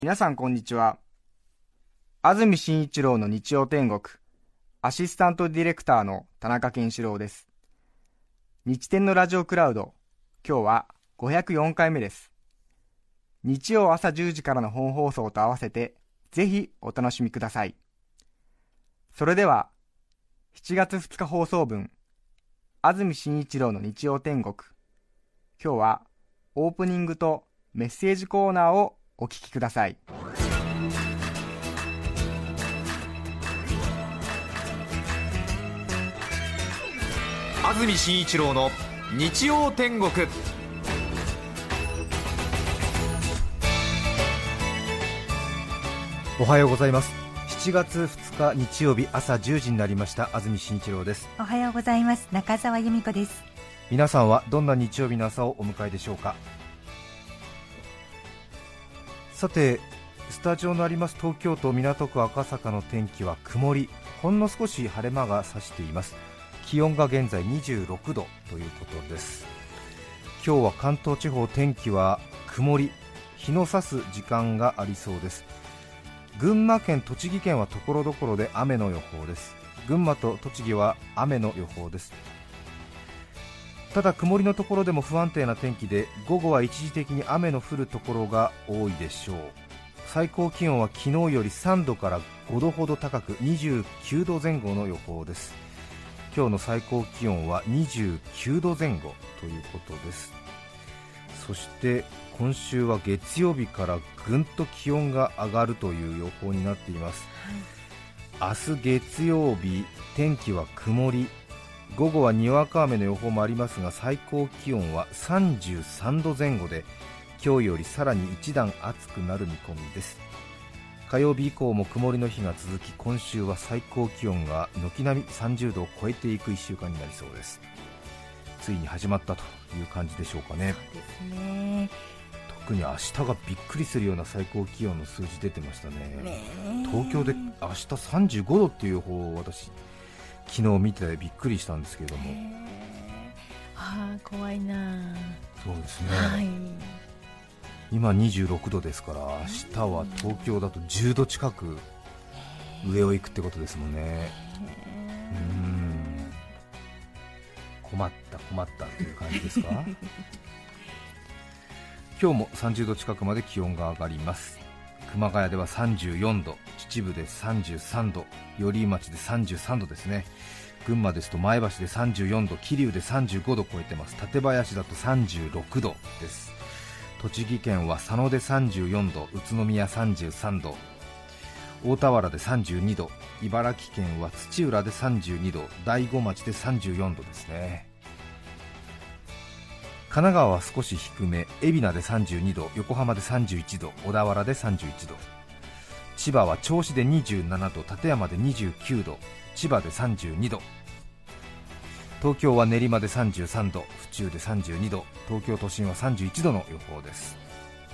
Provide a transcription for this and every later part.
皆さんこんにちは。安住紳一郎の日曜天国、アシスタントディレクターの田中健志郎です。日天のラジオクラウド、今日は504回目です。日曜朝10時からの本放送と合わせてぜひお楽しみください。それでは7月2日放送分、安住紳一郎の日曜天国、今日はオープニングとメッセージコーナーをお聞きください。 安住紳一郎の日曜天国。 おはようございます。7月2日日曜日朝10時になりました。安住紳一郎です。 おはようございます。中澤由美子です。 皆さんはどんな日曜日の朝をお迎えでしょうか。さて、スタジオのあります東京都港区赤坂の天気は曇り、ほんの少し晴れ間が差しています。気温が現在26度ということです。今日は関東地方天気は曇り、日の差す時間がありそうです。群馬県、栃木県はところどころで雨の予報です。群馬と栃木は雨の予報です。ただ曇りのところでも不安定な天気で、午後は一時的に雨の降るところが多いでしょう。最高気温は昨日より3度から5度ほど高く29度前後の予報です。今日の最高気温は29度前後ということです。そして今週は月曜日からぐんと気温が上がるという予報になっています。明日月曜日、天気は曇り、午後はにわか雨の予報もありますが、最高気温は33度前後で、今日よりさらに一段暑くなる見込みです。火曜日以降も曇りの日が続き、今週は最高気温が軒並み30度を超えていく1週間になりそうです。ついに始まったという感じでしょうかね。 そうですね。 特に明日がびっくりするような最高気温の数字出てましたね。東京で明日35度っていう予報を私昨日見てびっくりしたんですけれども、 怖いな。 そうですね、今26度ですから、明日は東京だと10度近く上を行くってことですもんね。困ったという感じですか今日も30度近くまで気温が上がります。熊谷では34度、秩父で33度、寄居町で33度ですね。群馬ですと前橋で34度、桐生で35度超えてます。館林だと36度です。栃木県は佐野で34度、宇都宮33度、大田原で32度、茨城県は土浦で32度、大子町で34度ですね。神奈川は少し低め、海老名で32度、横浜で31度、小田原で31度、千葉は銚子で27度、館山で29度、千葉で32度、東京は練馬で33度、府中で32度、東京都心は31度の予報です。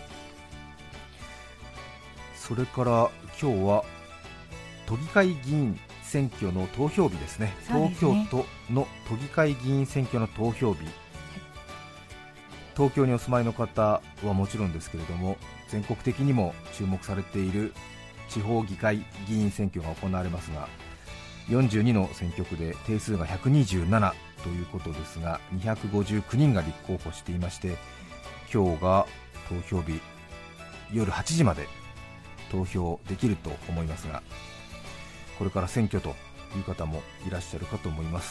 それから今日は都議会議員選挙の投票日ですね。東京都の都議会議員選挙の投票日、東京にお住まいの方はもちろんですけれども、全国的にも注目されている地方議会議員選挙が行われますが、42の選挙区で定数が127ということですが、259人が立候補していまして、今日が投票日、夜8時まで投票できると思いますが、これから選挙という方もいらっしゃるかと思います。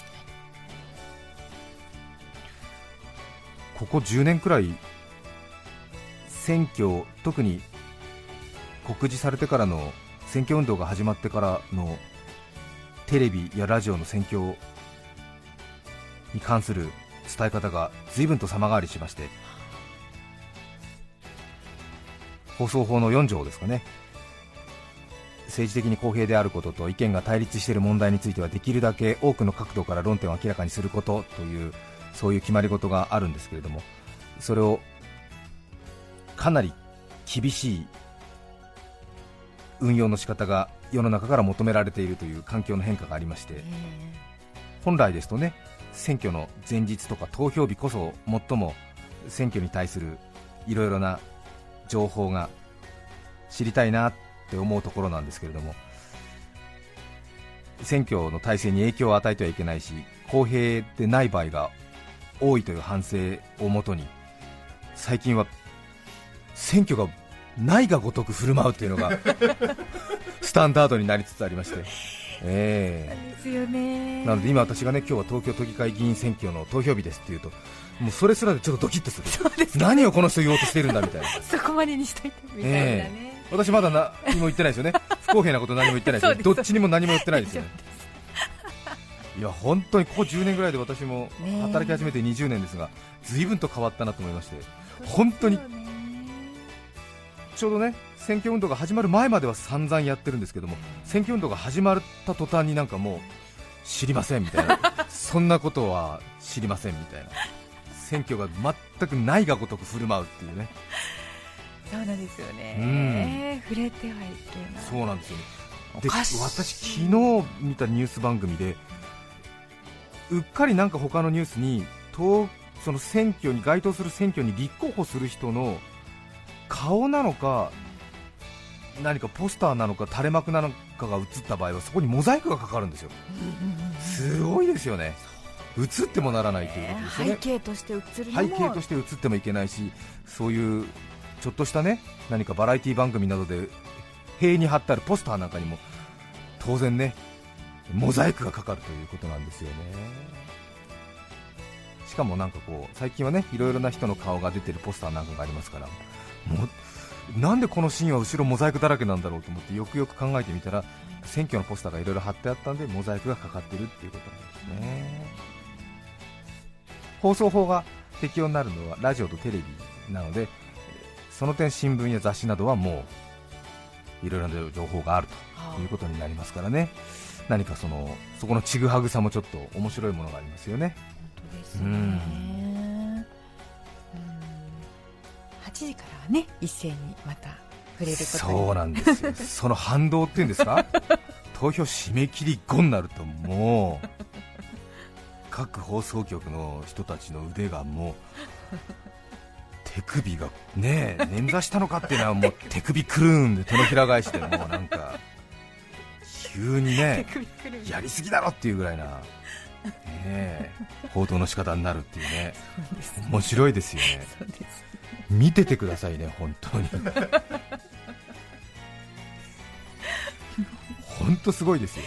ここ10年くらい選挙、特に告示されてからの選挙運動が始まってからのテレビやラジオの選挙に関する伝え方が随分と様変わりしまして、放送法の4条ですかね、政治的に公平であることと意見が対立している問題についてはできるだけ多くの角度から論点を明らかにすることという、そういう決まり事があるんですけれども、それをかなり厳しい運用の仕方が世の中から求められているという環境の変化がありまして、本来ですとね、選挙の前日とか投票日こそ最も選挙に対するいろいろな情報が知りたいなって思うところなんですけれども、選挙の体制に影響を与えてはいけないし、公平でない場合が多いという反省をもとに、最近は選挙がないがごとく振る舞うというのがスタンダードになりつつありまして、 ですよね。 なので今私がね、今日は東京都議会議員選挙の投票日ですって言うと、もうそれすらでちょっとドキッとする。 そうですね、 何をこの人言おうとしているんだみたいなそこまでにしといてみたいなね、 私まだ何も言ってないですよね。不公平なこと何も言ってないですよね。どっちにも何も言ってないですよね。いや本当にここ10年ぐらいで私も働き始めて20年ですが、随分と変わったなと思いまして、本当にちょうどね、選挙運動が始まる前までは散々やってるんですけども、選挙運動が始まった途端になんかもう知りませんみたいなそんなことは知りませんみたいな、選挙が全くないがごとく振る舞うっていうね。 そうなんですよね、触れてはいけない。 そうなんですよね。で、 おかしい。 私昨日見たニュース番組でうっかりなんか他のニュースにその選挙に該当する選挙に立候補する人の顔なのか何かポスターなのか垂れ幕なのかが映った場合は、そこにモザイクがかかるんですよ。すごいですよね。映ってもならないということですよね。 背景として映るのも、 背景として映ってもいけないし、そういうちょっとしたね、何かバラエティ番組などで塀に貼ってあるポスターなんかにも当然ね、モザイクがかかるということなんですよね。しかもなんかこう最近はね、いろいろな人の顔が出てるポスターなんかがありますから、もうなんでこのシーンは後ろモザイクだらけなんだろうと思ってよくよく考えてみたら、選挙のポスターがいろいろ貼ってあったんでモザイクがかかってるっていうことなんですね。放送法が適用になるのはラジオとテレビなので、その点新聞や雑誌などはもういろいろな情報があるということになりますからね。何かそこのちぐはぐさもちょっと面白いものがありますよね。 本当ですね。8時からはね、一斉にまた触れることに。 そうなんですよその反動っていうんですか投票締め切り後になるともう各放送局の人たちの腕がもう手首がね、捻挫したのかっていうのはもう手首くるんで手のひら返して、もうなんか急にねやりすぎだろっていうぐらいな、報道の仕方になるっていうね。面白いですよね。 そうです。 見ててくださいね、本当に本当すごいですよ、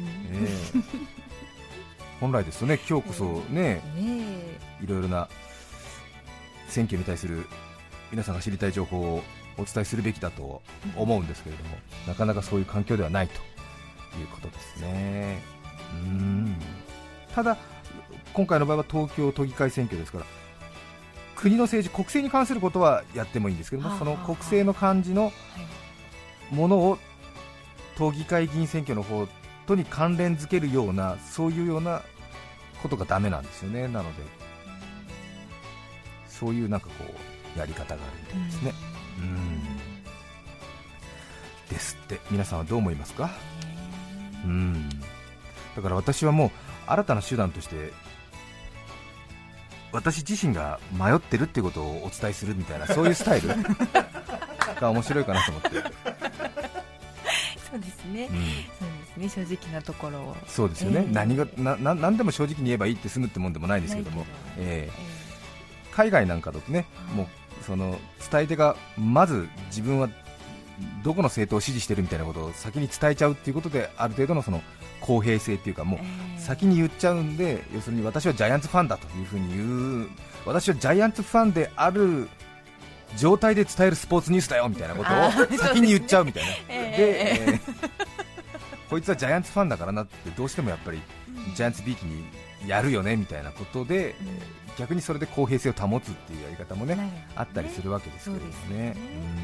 本来ですとね、今日こそね、いろいろな選挙に対する皆さんが知りたい情報をお伝えするべきだと思うんですけれども、なかなかそういう環境ではないということですね。ただ今回の場合は東京都議会選挙ですから、国の政治、国政に関することはやってもいいんですけども、その国政の感じのものを都議会議員選挙の方とに関連づけるような、そういうようなことがダメなんですよね。なのでそういうなんかこうやり方があるみたいですね。ですって。皆さんはどう思いますか？だから私はもう新たな手段として私自身が迷ってるっていうことをお伝えするみたいな、そういうスタイルが面白いかなと思ってそうですね、そうですね、正直なところを。 そうですよね、何でも正直に言えばいいって済むってもんでもないんですけども、海外なんかだとね、もうその伝え手がまず自分はどこの政党を支持してるみたいなことを先に伝えちゃうっていうことで、ある程度のその公平性っていうか、もう先に言っちゃうんで、要するに私はジャイアンツファンだというふうに言う、私はジャイアンツファンである状態で伝えるスポーツニュースだよみたいなことを先に言っちゃうみたいな、で、こいつはジャイアンツファンだからなってどうしてもやっぱりジャイアンツびいきにやるよねみたいなことで、逆にそれで公平性を保つっていうやり方もね、あったりするわけですけどね。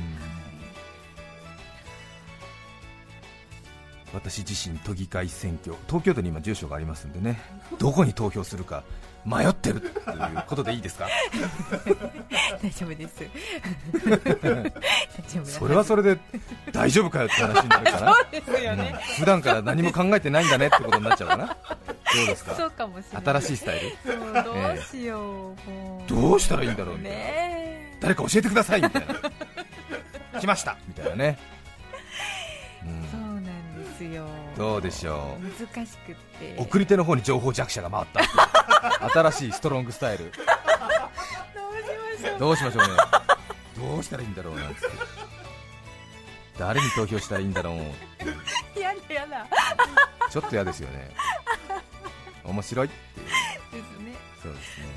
私自身都議会選挙、東京都に今住所がありますんでね、どこに投票するか迷ってるっていうことでいいですか？ 大丈夫です大丈夫。 それはそれで大丈夫かよって話になるかな。 そうですよね、 普段から何も考えてないんだねってことになっちゃうかな。どうですか？ そうかもしれない。 新しいスタイル。 そう、どうしよう、 どうしたらいいんだろうみたいな、誰か教えてくださいみたいな来ましたみたいなね、 そうなんですよ。 どうでしょう、 難しくって送り手の方に情報弱者が回った新しいストロングスタイルどうしましょうね、どうしたらいいんだろうなんつって、誰に投票したらいいんだろう、 やだやだちょっと嫌ですよね、面白いっていう、 ですね。 そうですね、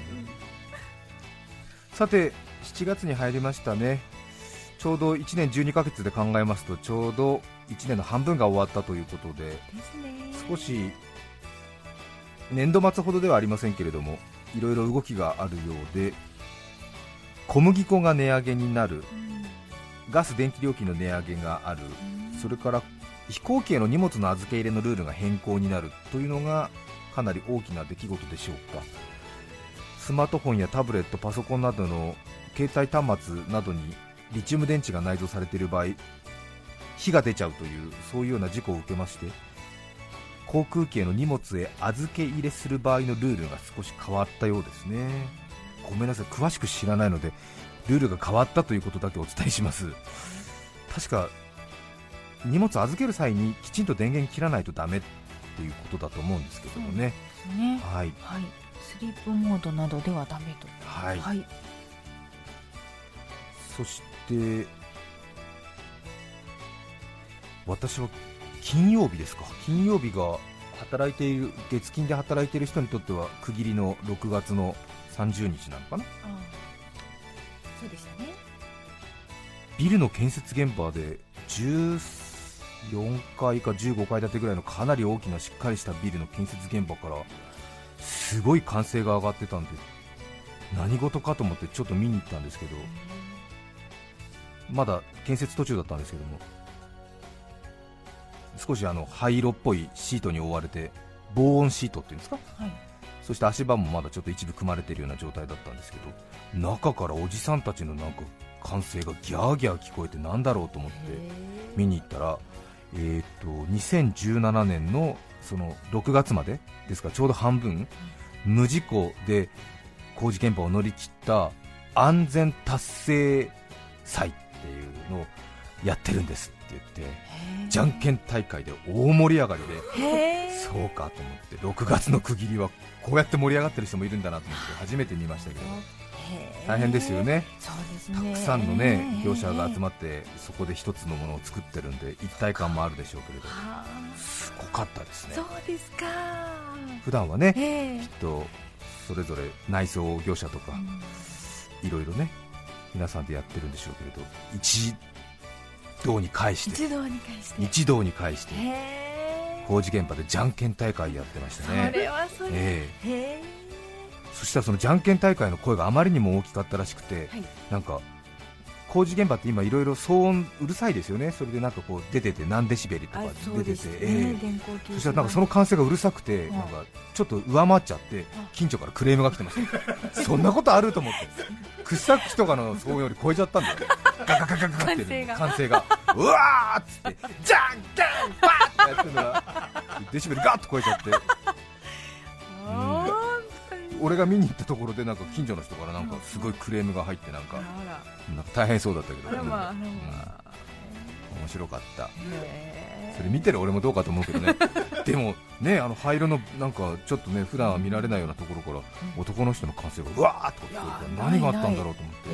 さて7月に入りましたね。ちょうど1年12ヶ月で考えますとちょうど1年の半分が終わったということで、 ですね。 少し年度末ほどではありませんけれどもいろいろ動きがあるようで、小麦粉が値上げになる、ガス電気料金の値上げがある、それから飛行機への荷物の預け入れのルールが変更になるというのがかなり大きな出来事でしょうか。スマートフォンやタブレット、パソコンなどの携帯端末などにリチウム電池が内蔵されている場合、火が出ちゃうというそういうような事故を受けまして、航空機への荷物へ預け入れする場合のルールが少し変わったようですね。ごめんなさい、詳しく知らないのでルールが変わったということだけお伝えします。確か荷物預ける際にきちんと電源切らないとダメっていうことだと思うんですけどもね。 そうですね。 はい、 はい。スリープモードなどではダメと。 はいはい。 そして私は金曜日ですか、金曜日が働いている、月金で働いている人にとっては区切りの6月の30日なのかな。 そうでしたね。 ビルの建設現場で14階か15階建てぐらいのかなり大きなしっかりしたビルの建設現場からすごい歓声が上がってたんで、何事かと思ってちょっと見に行ったんですけど、まだ建設途中だったんですけども、少し灰色っぽいシートに覆われて、防音シートっていうんですか、 はい。 そして足場もまだちょっと一部組まれているような状態だったんですけど、中からおじさんたちのなんか歓声がギャーギャー聞こえて、なんだろうと思って見に行ったら、2017年のその6月までですからちょうど半分、無事故で工事現場を乗り切った安全達成祭っていうのをやってるんですって言って、じゃんけん大会で大盛り上がりで、そうかと思って、6月の区切りはこうやって盛り上がってる人もいるんだなと思って初めて見ましたけど、大変ですよね。 そうですね。 たくさんのね業者が集まってそこで一つのものを作ってるんで一体感もあるでしょうけれど、すごかったですね。 そうですか。 普段はね、きっとそれぞれ内装業者とかいろいろね皆さんでやってるんでしょうけれど、一堂に会して工事現場でじゃんけん大会やってましたね。 それはそれ。 そしたらそのじゃんけん大会の声があまりにも大きかったらしくて、なんか工事現場って今いろいろ騒音うるさいですよね。それでなんかこう出てて何デシベルとか出てて、そしたらなんかその歓声がうるさくて、なんかちょっと上回っちゃって近所からクレームが来てましたそんなことあると思って、掘削機とかの騒音より超えちゃったんだよガガガガガって歓声がうわーっつってじゃんけんパーってやってるのがデシベルガーッと超えちゃって、俺が見に行ったところでなんか近所の人からなんかすごいクレームが入って、なんか大変そうだったけど、面白かった。それ見てる俺もどうかと思うけどねでもね、灰色のなんかちょっとね普段は見られないようなところから男の人の歓声がうわーっと聞こえて、何があったんだろうと思って、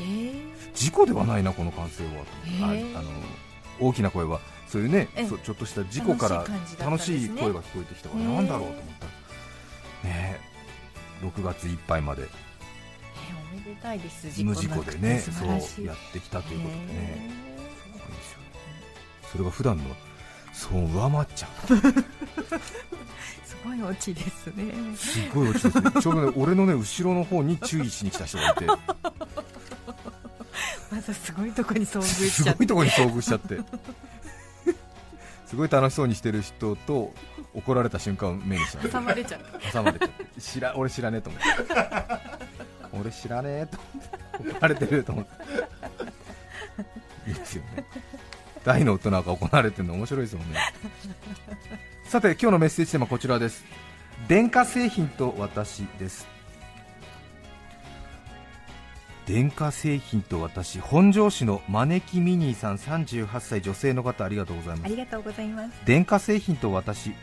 事故ではないなこの歓声は大きな声はそういうね、ちょっとした事故から楽しい声が聞こえてきたから、なんだろうと思ったらね、6月いっぱいまでおめでたいです。 無事故でねそうやってきたということでね、すごいですよね。それが普段のそう上回っちゃうすごいオチですね。 すごいオチですね。ちょうどね俺のね後ろの方に注意しに来た人がいてまずすごいとこに遭遇しちゃって、 すごいとこに遭遇しちゃってすごい楽しそうにしてる人と怒られた瞬間を目にしたんで挟まれちゃって俺知らねえと思って俺知らねえと思って怒られてると思っていいですよね。大の大人が行われてるの面白いですもんねさて今日のメッセージテーマはこちらです。電化製品と私です。 電化製品と私、本庄市の招きミニーさん、38歳女性の方、ありがとうございます。 ありがとうございます。 電化製品と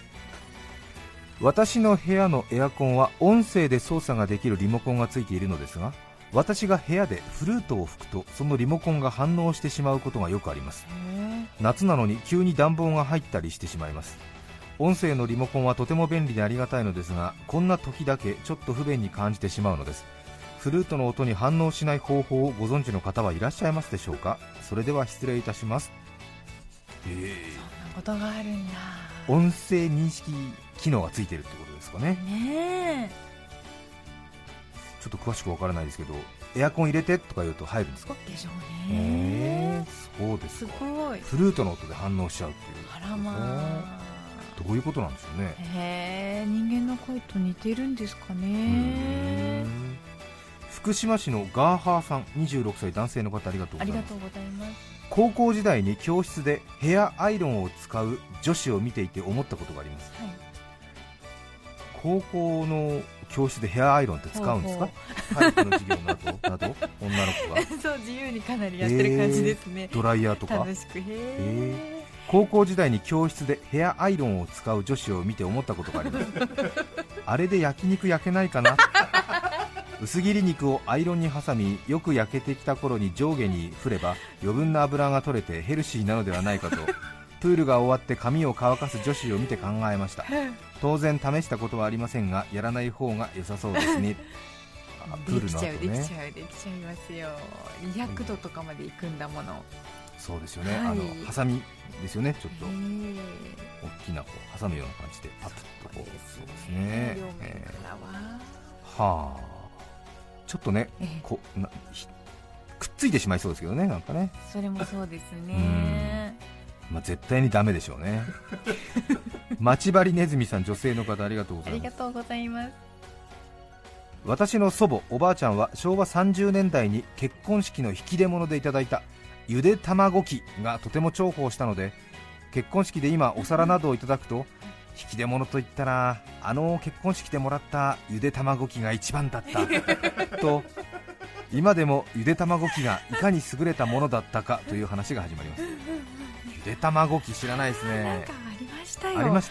私の部屋のエアコンは音声で操作ができるリモコンがついているのですが、私が部屋でフルートを吹くとそのリモコンが反応してしまうことがよくあります。夏なのに急に暖房が入ったりしてしまいます。音声のリモコンはとても便利でありがたいのですが、こんな時だけちょっと不便に感じてしまうのです。フルートの音に反応しない方法をご存知の方はいらっしゃいますでしょうか。それでは失礼いたします。 そんなことがあるんだ。 音声認識機能がついているってことですかね。 ねえ、 ちょっと詳しくわからないですけど、エアコン入れてとか言うと入るんですか。 でしょうね。 そうですすか。 ごい。 フルートの音で反応しちゃうっていう。 あらまあ、 どういうことなんでしょうね。 へえ、人間の声と似てるんですかね。 福島市のガーハーさん、26歳男性の方、ありがとうございます。 ありがとうございます。 高校時代に教室でヘアアイロンを使う女子を見ていて思ったことがあります。 はい、 高校の教室でヘアアイロンって使うんですか。体育の授業の後など女の子がそう、自由にかなりやってる感じですね。 ドライヤーとか楽しく。 高校時代に教室でヘアアイロンを使う女子を見て思ったことがあります。あれで焼肉焼けないかな。薄切り肉をアイロンに挟み、よく焼けてきた頃に上下に振れば余分な油が取れてヘルシーなのではないかと、プールが終わって髪を乾かす女子を見て考えました。当然試したことはありませんが、やらない方が良さそうですね。プールの後ね。 できちゃいますよ。200度とかまで行くんだもの。 そうですよね、 はい、 ハサミですよね。ちょっと大きなこう挟むような感じでパプッとこう。そうですね。 両面からはあ、ちょっとね、くっついてしまいそうですけどね、なんかね。 それもそうですね。 絶対にダメでしょうね。待ち針ねずみさん、女性の方、ありがとうございます。 ありがとうございます。 私の祖母、おばあちゃんは昭和30年代に結婚式の引き出物でいただいたゆで卵機がとても重宝したので、結婚式で今お皿などをいただくと、引き出物といったら結婚式でもらったゆで卵機が一番だったと、今でもゆで卵機がいかに優れたものだったかという話が始まります。ゆで卵機知らないですね。 なんかありましたよ。 ありました。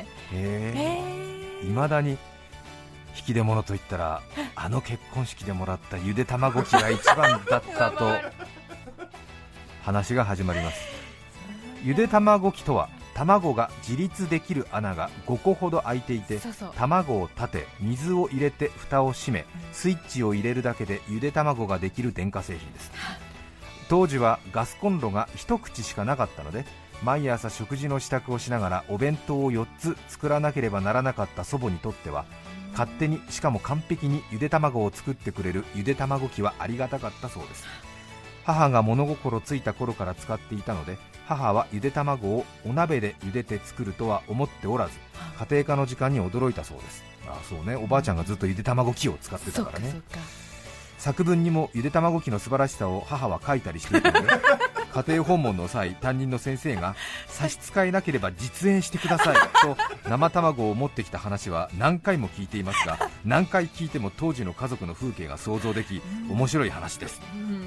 未だに引き出物といったら結婚式でもらったゆで卵機が一番だったと話が始まります。ゆで卵機とは、卵が自立できる穴が5個ほど開いていて、卵を立て水を入れて蓋を閉め、スイッチを入れるだけでゆで卵ができる電化製品です。当時はガスコンロが一口しかなかったので、毎朝食事の支度をしながらお弁当を4つ作らなければならなかった祖母にとっては、勝手にしかも完璧にゆで卵を作ってくれるゆで卵機はありがたかったそうです。母が物心ついた頃から使っていたので、母はゆで卵をお鍋で茹でて作るとは思っておらず、家庭科の時間に驚いたそうです。そうね、おばあちゃんがずっとゆで卵機を使ってたからね。作文にもゆで卵機の素晴らしさを母は書いたりしていたので、家庭訪問の際、担任の先生が差し支えなければ実演してくださいと生卵を持ってきた話は何回も聞いていますが、何回聞いても当時の家族の風景が想像でき、面白い話です。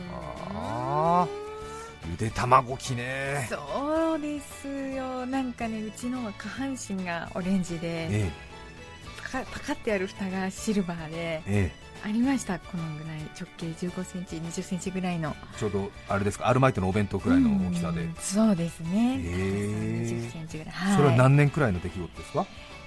ゆで卵機ね。 そうですよ。なんかね、うちのは下半身がオレンジで、パカってやる蓋がシルバーで、ありました。このぐらい直径15センチ20センチぐらいの、ちょうどあれですか、アルマイトのお弁当くらいの大きさで。 そうですね、20センチぐらい、 それは何年くらいの出来事ですか。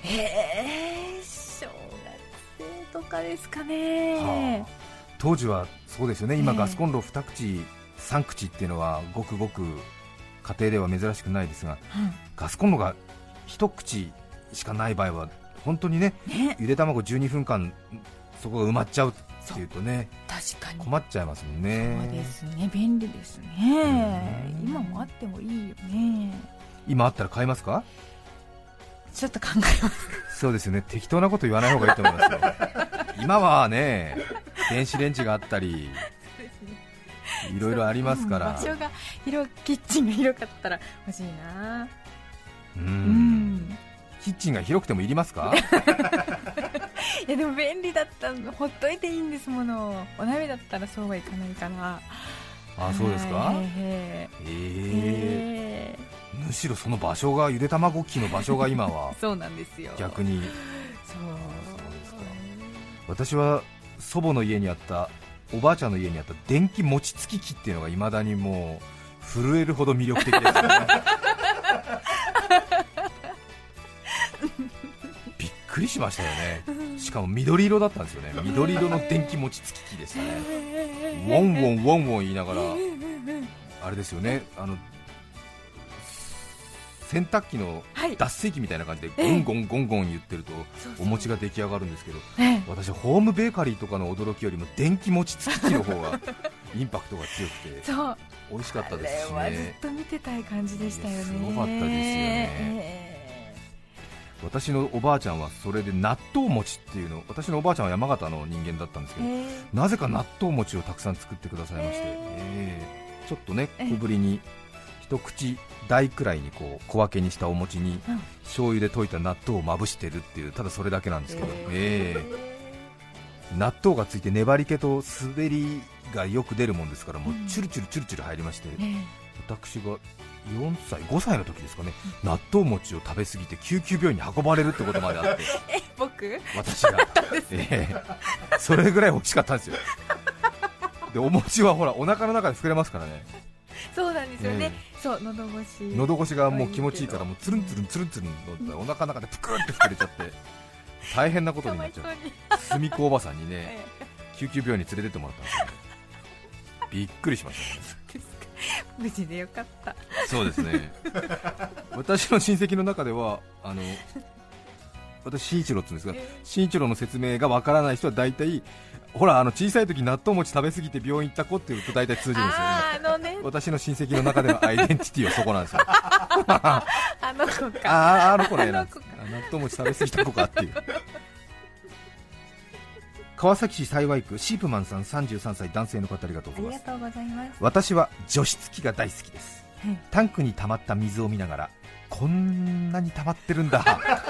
小学生とかですかね。 当時はそうですよね。今ガスコンロ2口3口っていうのはごくごく家庭では珍しくないですが、ガスコンロが1口しかない場合は本当にね、ゆで卵12分間そこが埋まっちゃうっていうとね、 確かに困っちゃいますもんね。 そうですね、便利ですね。今もあってもいいよね。 今あったら買いますか。 ちょっと考えます。 そうですよね、適当なこと言わない方がいいと思いますよ。今はね、電子レンジがあったりいろいろありますから、 場所がキッチンが広かったら欲しいな。 キッチンが広くてもいりますか。 いやでも便利だったの、ほっといていいんですもの。お鍋だったらそうはいかないから。 あ、そうですか。むしろその場所が、ゆで卵機の場所が今はそうなんですよ、 逆に。 そうですか。私は祖母の家にあった、おばあちゃんの家にあった電気餅つき機っていうのがいまだにもう震えるほど魅力的ですよね。びっくりしましたよね。しかも緑色だったんですよね。緑色の電気餅つき機でしたね。ウォンウォンウォンウォン言いながら、あれですよね、洗濯機の脱水機みたいな感じでゴンゴンゴンゴン言ってるとお餅が出来上がるんですけど、私ホームベーカリーとかの驚きよりも電気餅つき機の方がインパクトが強くてそう美味しかったですしね。 あれはずっと見てたい感じでしたよね。 すごかったですよね。私のおばあちゃんはそれで納豆餅っていうの、私のおばあちゃんは山形の人間だったんですけど、なぜか納豆餅をたくさん作ってくださいまして、ちょっとね小ぶりに一口大くらいにこう小分けにしたお餅に醤油で溶いた納豆をまぶしてるっていう、ただそれだけなんですけど、納豆がついて粘り気と滑りがよく出るもんですから、もうチュルチュルチュルチュル入りまして、私が4歳5歳の時ですかね、納豆餅を食べ過ぎて救急病院に運ばれるってことまであって僕私が、それぐらい美味しかったんですよ。でお餅はほらお腹の中で膨れますからね。 そうなんですよね、そう喉越しがもう気持ちいいから、もうつるんつるんつるんつるんお腹の中でぷくって膨れちゃって大変なことになっちゃう。隅っこおばさんにね救急病院に連れてってもらったんですよね。びっくりしましたね。 無事でよかった。 そうですね。私の親戚の中では私慎一郎って言うんですが、慎一郎の説明がわからない人は大体ほら小さい時納豆餅食べ過ぎて病院行った子っていうと大体通じるんですよね。私の親戚の中でのアイデンティティはそこなんですよ。 あの子か。 あの子ね、納豆餅食べ過ぎた子かっていう。川崎市幸区シープマンさん33歳男性の方、ありがとうございます。 ありがとうございます。 私は除湿機が大好きです。タンクに溜まった水を見ながら、こんなに溜まってるんだ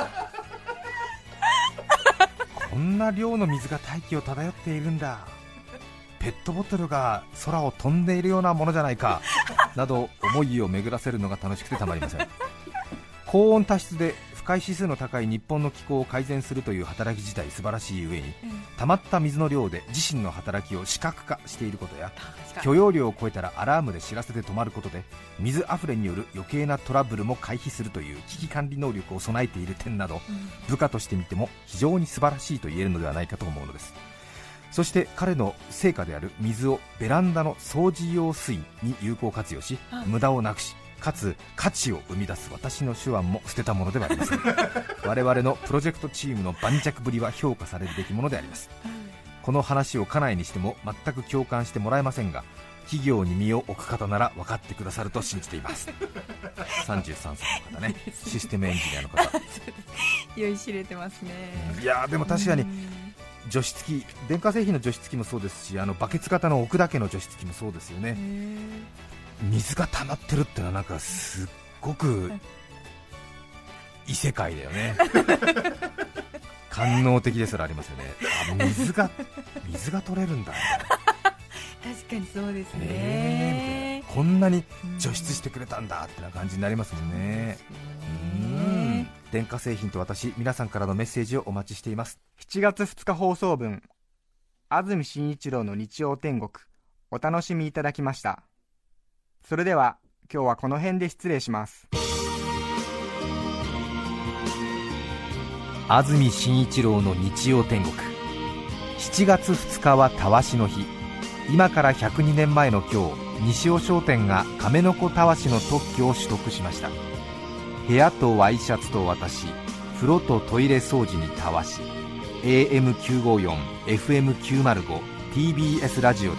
こんな量の水が大気を漂っているんだ、ペットボトルが空を飛んでいるようなものじゃないかなど思いを巡らせるのが楽しくてたまりません。高温多湿で不快指数の高い日本の気候を改善するという働き自体素晴らしい上に、溜まった水の量で自身の働きを視覚化していることや、許容量を超えたらアラームで知らせて止まることで水あふれによる余計なトラブルも回避するという危機管理能力を備えている点など、部下として見ても非常に素晴らしいと言えるのではないかと思うのです。そして彼の成果である水をベランダの掃除用水に有効活用し、無駄をなくし、かつ価値を生み出す私の手腕も捨てたものではありません。我々のプロジェクトチームの盤石ぶりは評価されるべきものであります。この話を家内にしても全く共感してもらえませんが、企業に身を置く方なら分かってくださると信じています。33歳の方ね、システムエンジニアの方酔いしれてますね。 いやでも確かに除湿機、電化製品の除湿機もそうですし、バケツ型の置くだけの除湿機もそうですよね。水が溜まってるってのはなんかすっごく異世界だよね。官能的ですらありますよね。水が取れるんだ。 確かにそうですね。 こんなに除湿してくれたんだってな感じになりますもんね。電化製品と私、皆さんからのメッセージをお待ちしています。 7月2日放送分、安住紳一郎の日曜天国、お楽しみいただきました。それでは今日はこの辺で失礼します。 安住紳一郎の日曜天国、7月2日はたわしの日。今から102年前の今日、西尾商店が亀の子たわしの特許を取得しました。部屋とワイシャツと私、風呂とトイレ掃除にたわし。 AM954 FM905 TBS ラジオです。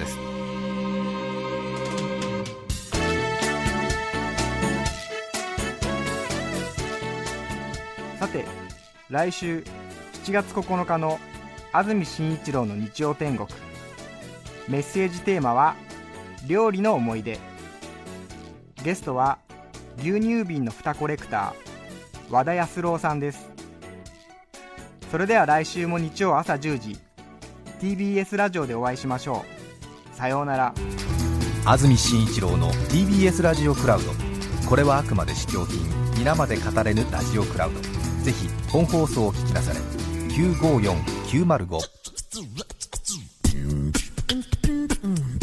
さて、来週7月9日の安住紳一郎の日曜天国、メッセージテーマは料理の思い出。ゲストは牛乳瓶の蓋コレクター和田康郎さんです。 それでは来週も日曜朝10時 TBS ラジオでお会いしましょう。さようなら。 安住紳一郎の TBS ラジオクラウド。これはあくまで試供品、皆まで語れぬラジオクラウド。ぜひ本放送を聞きなされ。954905